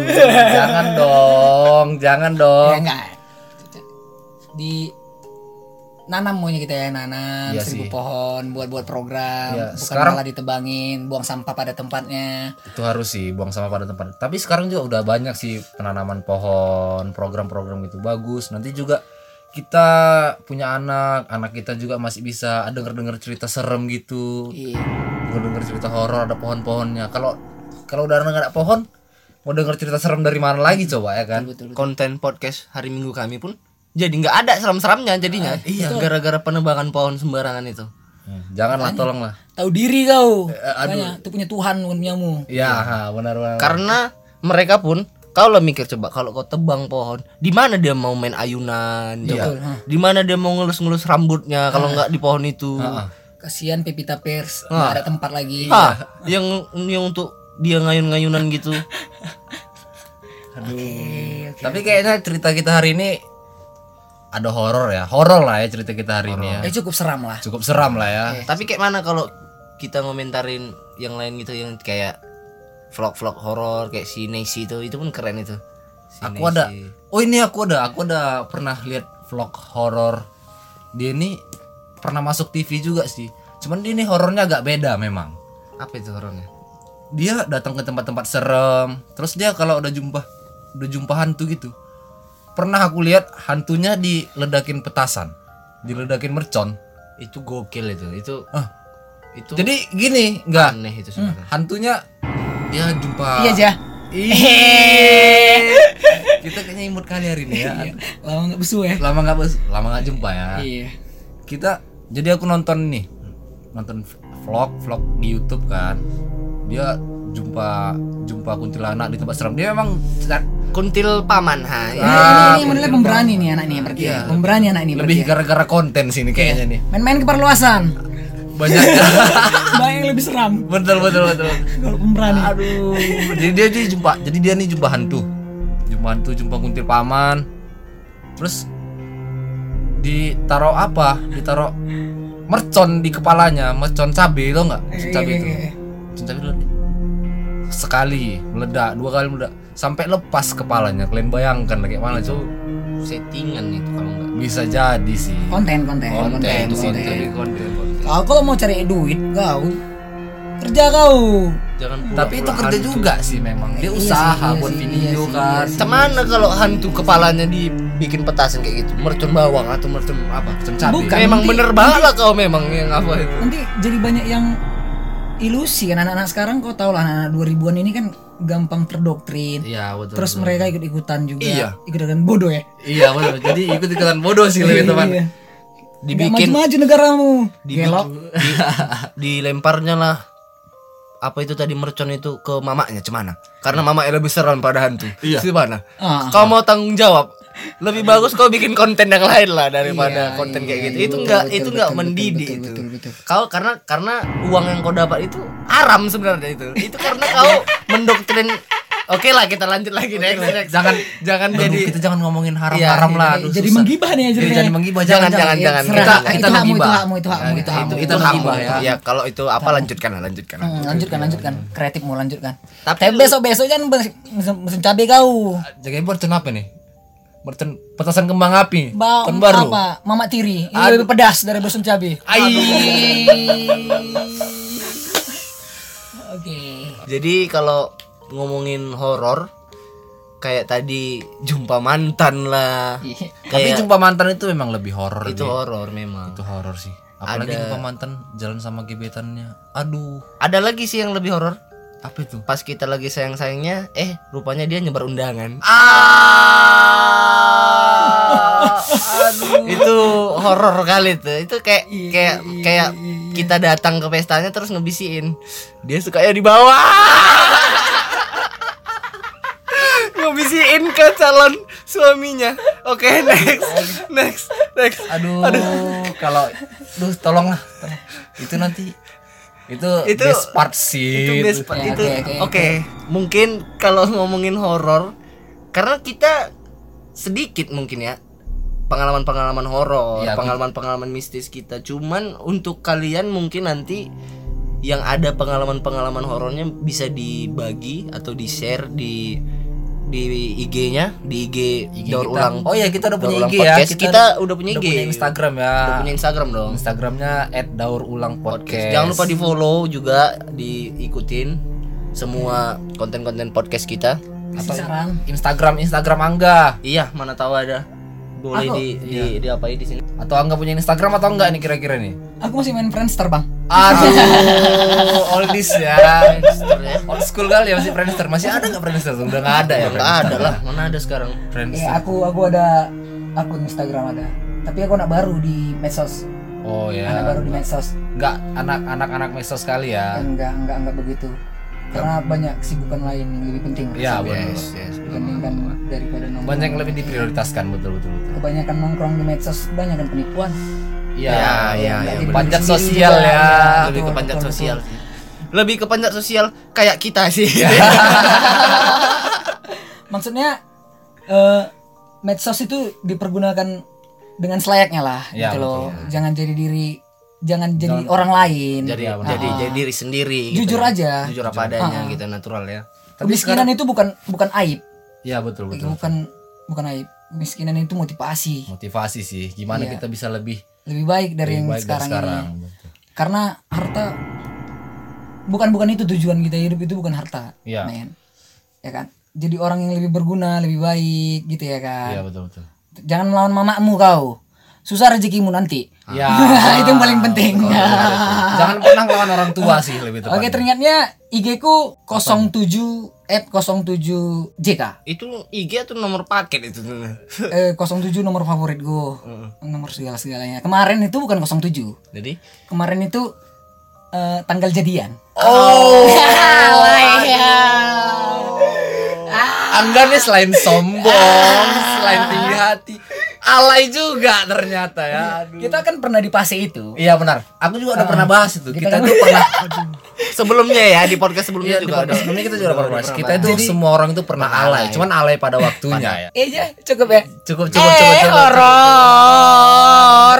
jangan dong. Ya enggak. Di nanam maunya kita ya, nanam Iya 1000 sih. pohon buat program, Iya, bukan sekarang- malah ditebangin, buang sampah pada tempatnya. Itu harus sih buang sampah pada tempat. Tapi sekarang juga udah banyak sih penanaman pohon, program-program itu bagus. Nanti juga kita punya anak kita juga masih bisa denger cerita serem gitu. Iya. Denger cerita horor ada pohon-pohonnya. Kalau udah nggak ada pohon, mau denger cerita serem dari mana lagi coba ya kan? Betul. Konten podcast hari Minggu kami pun jadi nggak ada seram-seramnya jadinya. Iya. Gara-gara penebangan pohon sembarangan itu. Janganlah, tolonglah. Tahu diri kau. aduh. Makanya itu punya Tuhan bukan punyamu. Iya, benar. Karena mereka pun kalau mikir coba kalau kau tebang pohon, di mana dia mau main ayunan? Coba. Betul, ha. Di mana dia mau ngelus-ngelus rambutnya kalau nggak di pohon itu? Kasihan Pepita Pers, nggak ada tempat lagi. Yang untuk dia ngayun-ngayunan gitu. Aduh. Tapi kayaknya cerita kita hari ini ada horor lah ya cerita kita hari ini ya. Cukup seram lah. Cukup seram lah ya. Tapi kayak mana kalau kita ngomentarin yang lain gitu, yang kayak vlog-vlog horor kayak si Nesi itu pun keren itu. Si Aku ada. Nesi. Oh ini aku ada pernah lihat vlog horor. Dia ini pernah masuk TV juga sih. Cuman dia ini horornya agak beda memang. Apa itu horornya? Dia datang ke tempat-tempat serem. Terus dia kalau udah jumpa hantu gitu. Pernah aku lihat hantunya diledakin petasan, diledakin mercon. Itu gokil itu. Itu Jadi gini, enggak. aneh itu sebenarnya. Hantunya dia jumpa. Iya aja. Kita kayaknya imut kali hari ini ya. Lama nggak besu ya. Lama nggak jumpa ya. Iya. Jadi aku nonton vlog di YouTube kan. Dia jumpa kuntilanak di tempat seram. Dia memang Kuntil paman Ini modelnya pemberani nih anak nih berarti. Iya. Pemberani anak ini lebih berarti. gara-gara konten sini kayaknya nih. Main-main keperluasan. Banyak. Banyak yang lebih seram betul. kalau pemberani. Aduh. Jadi dia nih jumpa hantu, jumpa kuntil paman. Terus ditaruh mercon di kepalanya, mercon cabe, tau nggak? Mercon cabe itu. Mercon cabe itu sekali meledak, 2 kali meledak, sampai lepas kepalanya. Kalian bayangkan kayak mana itu? settingan itu kalau enggak. Bisa jadi sih. Konten. Itu konten. Kau kalau mau cari duit kau kerja kau. Jangan Tapi itu kerja juga sih memang. Dia usaha buat video kan. Cuman kalau hantu kepalanya dibikin petasan kayak gitu, mercon bawang atau mercon apa? Mercon cabe. Bukan. Memang nanti- bener banget lah kau memang yang apa itu. Nanti jadi banyak yang ilusi kan anak-anak sekarang. Kau tau lah anak-anak 2000-an ini kan gampang terdoktrin. Iya betul. Terus mereka ikut-ikutan juga. Iya. Ikut-ikutan bodoh ya. Iya betul. Jadi ikut-ikutan bodoh sih lebih teman. Iya. Dibikin Nggak maju-maju negaramu. dibikin- Gelok. dilemparnya lah apa itu tadi mercon itu ke mamanya cemana? Karena mamanya lebih seram pada hantu. Iya. Gimana? Ah. Kau mau tanggung jawab? Lebih bagus kau bikin konten yang lain lah daripada konten kayak gitu. Itu enggak mendidik itu. betul. Kau karena uang yang kau dapat itu haram sebenarnya itu. Itu karena kau mendoktrin. Oke lah, kita lanjut lagi next. Jangan Aduh, jadi kita jangan ngomongin haram-haram Iya, lah. Jadi Aduh, susah. menggibah nih aja. Jadi menggibah Jangan. Serah. Kita itu hakmu, menggibah. itu hakmu. Kita menggibah ya. Ya kalau itu apa lanjutkan. Lanjutkan. Kreatifmu lanjutkan. Tapi Tapi besok jangan mesin cabai kau. Jagain mercon apa nih? Mercon petasan kembang api. Bau Kan baru. apa? Mama tiri. Ini lebih pedas dari bosun cabai. Oke. Jadi kalau ngomongin horor kayak tadi jumpa mantan lah. Tapi Kayak jumpa mantan itu memang lebih horor. itu horor memang. Itu horor sih. Apalagi jumpa mantan jalan sama gebetannya. Aduh, Ada lagi sih yang lebih horor. apa itu? Pas kita lagi sayang-sayangnya, rupanya dia nyebar undangan. Aduh. Itu horor kali tuh. Itu kayak kita datang ke pestanya terus ngebisiin. Dia sukanya di bawah. Ngebisiin ke calon suaminya. Oke, next. Aduh. Kalau tolonglah. Itu nanti itu best part sih. Itu best part. Ya, Itu oke. oke. Mungkin kalau ngomongin horor karena kita sedikit mungkin ya pengalaman-pengalaman horor, Ya, pengalaman-pengalaman mistis kita. Cuman untuk kalian mungkin nanti yang ada pengalaman-pengalaman horornya bisa dibagi atau di-share di IG-nya, di IG Daur kita. Ulang. Oh ya, kita udah punya Daur Ulang IG ya. Podcast. Kita udah punya IG. Instagram ya. Udah punya Instagram dong. Instagramnya @daurulangpodcast. Jangan lupa di follow juga, diikutin semua konten-konten podcast kita. Kasih saran. Instagram Angga. Iya, mana tahu ada. Boleh Aku- di apa di sini. Atau Angga punya Instagram atau enggak nih kira-kira nih? Aku masih main Friendster, Bang. Aduh, oldies ya. Friendster ya. Old school kali ya masih Friendster. Masih ada enggak Friendster tuh? Udah enggak ada ya. Enggak ada lah, mana ada sekarang. Friendster. Iya, aku ada akun Instagram ada. Tapi aku anak baru di medsos. Oh Anak ya. baru di medsos. Enggak anak medsos kali ya. Enggak begitu. Karena banyak kesibukan lain yang lebih penting. Iya, benar. Yes. Dibandingkan daripada nongkrong. Banyak yang lebih diprioritaskan betul. Kebanyakan nongkrong di medsos, banyak kan penipuan. Iya. Ya. Nggak dibeli Panjat sendiri sosial juga. ya. Lebih ke Betul, panjat betul, sosial sih. Lebih ke panjat sosial kayak kita sih. Maksudnya medsos itu dipergunakan dengan selayaknya lah Ya, gitu loh. betul. Jangan jadi orang lain. jadi diri sendiri gitu Jujur ya. aja. Jujur apa adanya gitu, natural ya. Kemiskinan itu bukan aib. Iya, betul. Bukan aib. Kemiskinan itu motivasi. Motivasi sih. Gimana Iya. kita bisa lebih Lebih baik dari yang baik dari sekarang ini. Betul. Karena harta bukan itu tujuan kita hidup, itu bukan harta. Iya. Men. Ya kan? Jadi orang yang lebih berguna, lebih baik gitu ya kan. Iya, betul. Jangan melawan mamamu kau. Susah rezekimu nanti. Ya. Itu yang paling penting. Jangan pernah lawan orang tua sih lebih tepat. Oke, teringatnya IG ku 07@07JK. Itu IG atau nomor paket itu? 07 nomor favorit gue. Nomor segala-segalanya. Kemarin itu bukan 07. Jadi Kemarin itu tanggal jadian. Oh. Alay ya. Anda nih selain sombong, selain tinggi hati, alay juga ternyata ya. Aduh. Kita kan pernah di fase itu. Iya benar. Aku juga udah pernah bahas itu. Kita Kita kan- tuh pernah Sebelumnya ya di podcast sebelumnya Iya, di juga podcast sebelumnya kita juga udah pernah bahas. Kita itu Jadi- semua orang itu pernah alay, cuman alay pada waktunya ya. Ya cukup ya. Cukup. Horor.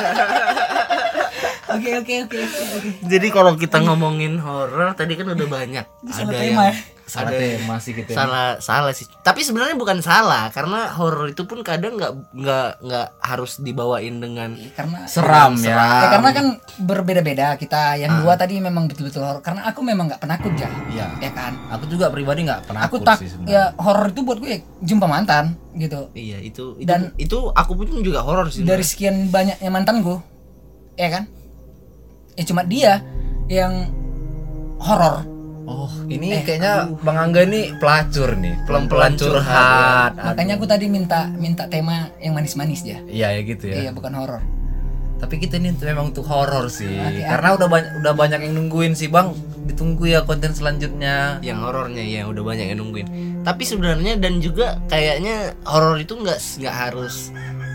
Oke. Jadi kalau kita ngomongin horor tadi kan udah banyak. Salah Ada tema. yang Salah tema sih kita. salah sih. Tapi sebenarnya bukan salah karena horor itu pun kadang nggak harus dibawain dengan Karena Seram ya. karena kan berbeda-beda kita. Yang dua tadi memang betul-betul horor. Karena aku memang nggak penakut ya. Iya. Ya kan. Aku juga pribadi nggak penakut sih sebenarnya. ya horor itu buat gue jumpa mantan gitu. iya itu Dan- itu aku pun juga horor sih. Dari sekian banyaknya mantan gue, ya kan? Ya cuma dia yang horor. Oh, ini kayaknya Bang Angga ini pelacur nih, pelan-pelan curhat. Makanya aku tadi minta tema yang manis-manis ya. Iya ya gitu ya. Iya, bukan horor. Tapi kita ini memang untuk horor sih. Hati-hati. Karena udah banyak yang nungguin sih, Bang. Ditunggu ya konten selanjutnya. yang horornya ya udah banyak yang nungguin. Tapi sebenarnya dan juga kayaknya horor itu nggak harus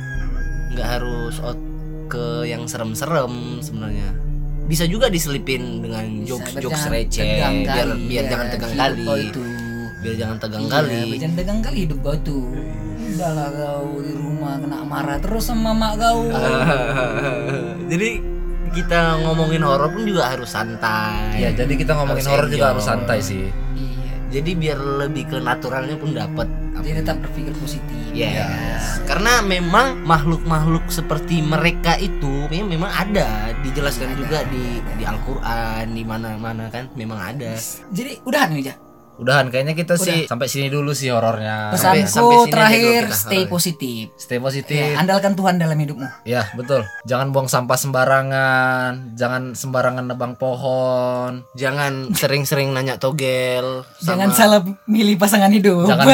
ke yang serem-serem sebenarnya. Bisa juga diselipin dengan jokes Jangan receh tegang biar kali, biar ya. jangan tegang Hidup kali. kau itu. Biar jangan tegang Iya, kali. jangan tegang kali hidup kau tuh. Udahlah kau di rumah kena marah terus sama mak kau. Jadi kita ngomongin horor pun juga harus santai. Iya, jadi kita ngomongin Harus horor juga enjoy. harus santai sih. Iya. Jadi biar lebih ke naturalnya pun dapat. Jadi tetap berpikir positif. Yes. Karena memang makhluk-makhluk seperti mereka itu memang ada, dijelaskan juga di Al-Qur'an, di mana-mana kan memang ada. Jadi udahan nih, Ja. Udahan kayaknya kita sih sampai sini dulu sih horornya. sampai Pesanku sini aja terakhir, dulu kita stay horor. positif. Stay positif. Ya, andalkan Tuhan dalam hidupmu. Ya betul. Jangan buang sampah sembarangan. Jangan sembarangan nebang pohon. Jangan sering-sering nanya togel. Jangan salah milih pasangan hidup. Jangan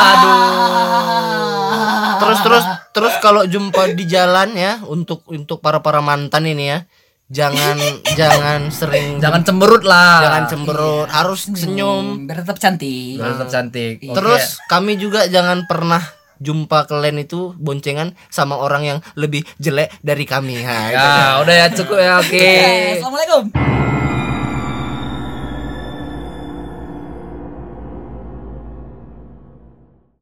Terus kalau jumpa di jalan ya untuk para mantan ini ya. Jangan sering Jangan cemberut lah. jangan cemberut, harus senyum. Biar tetap cantik. Biar tetap cantik. Oke. Terus kami juga jangan pernah jumpa kalian itu boncengan sama orang yang lebih jelek dari kami. Ya udah ya cukup ya. Oke. Assalamualaikum.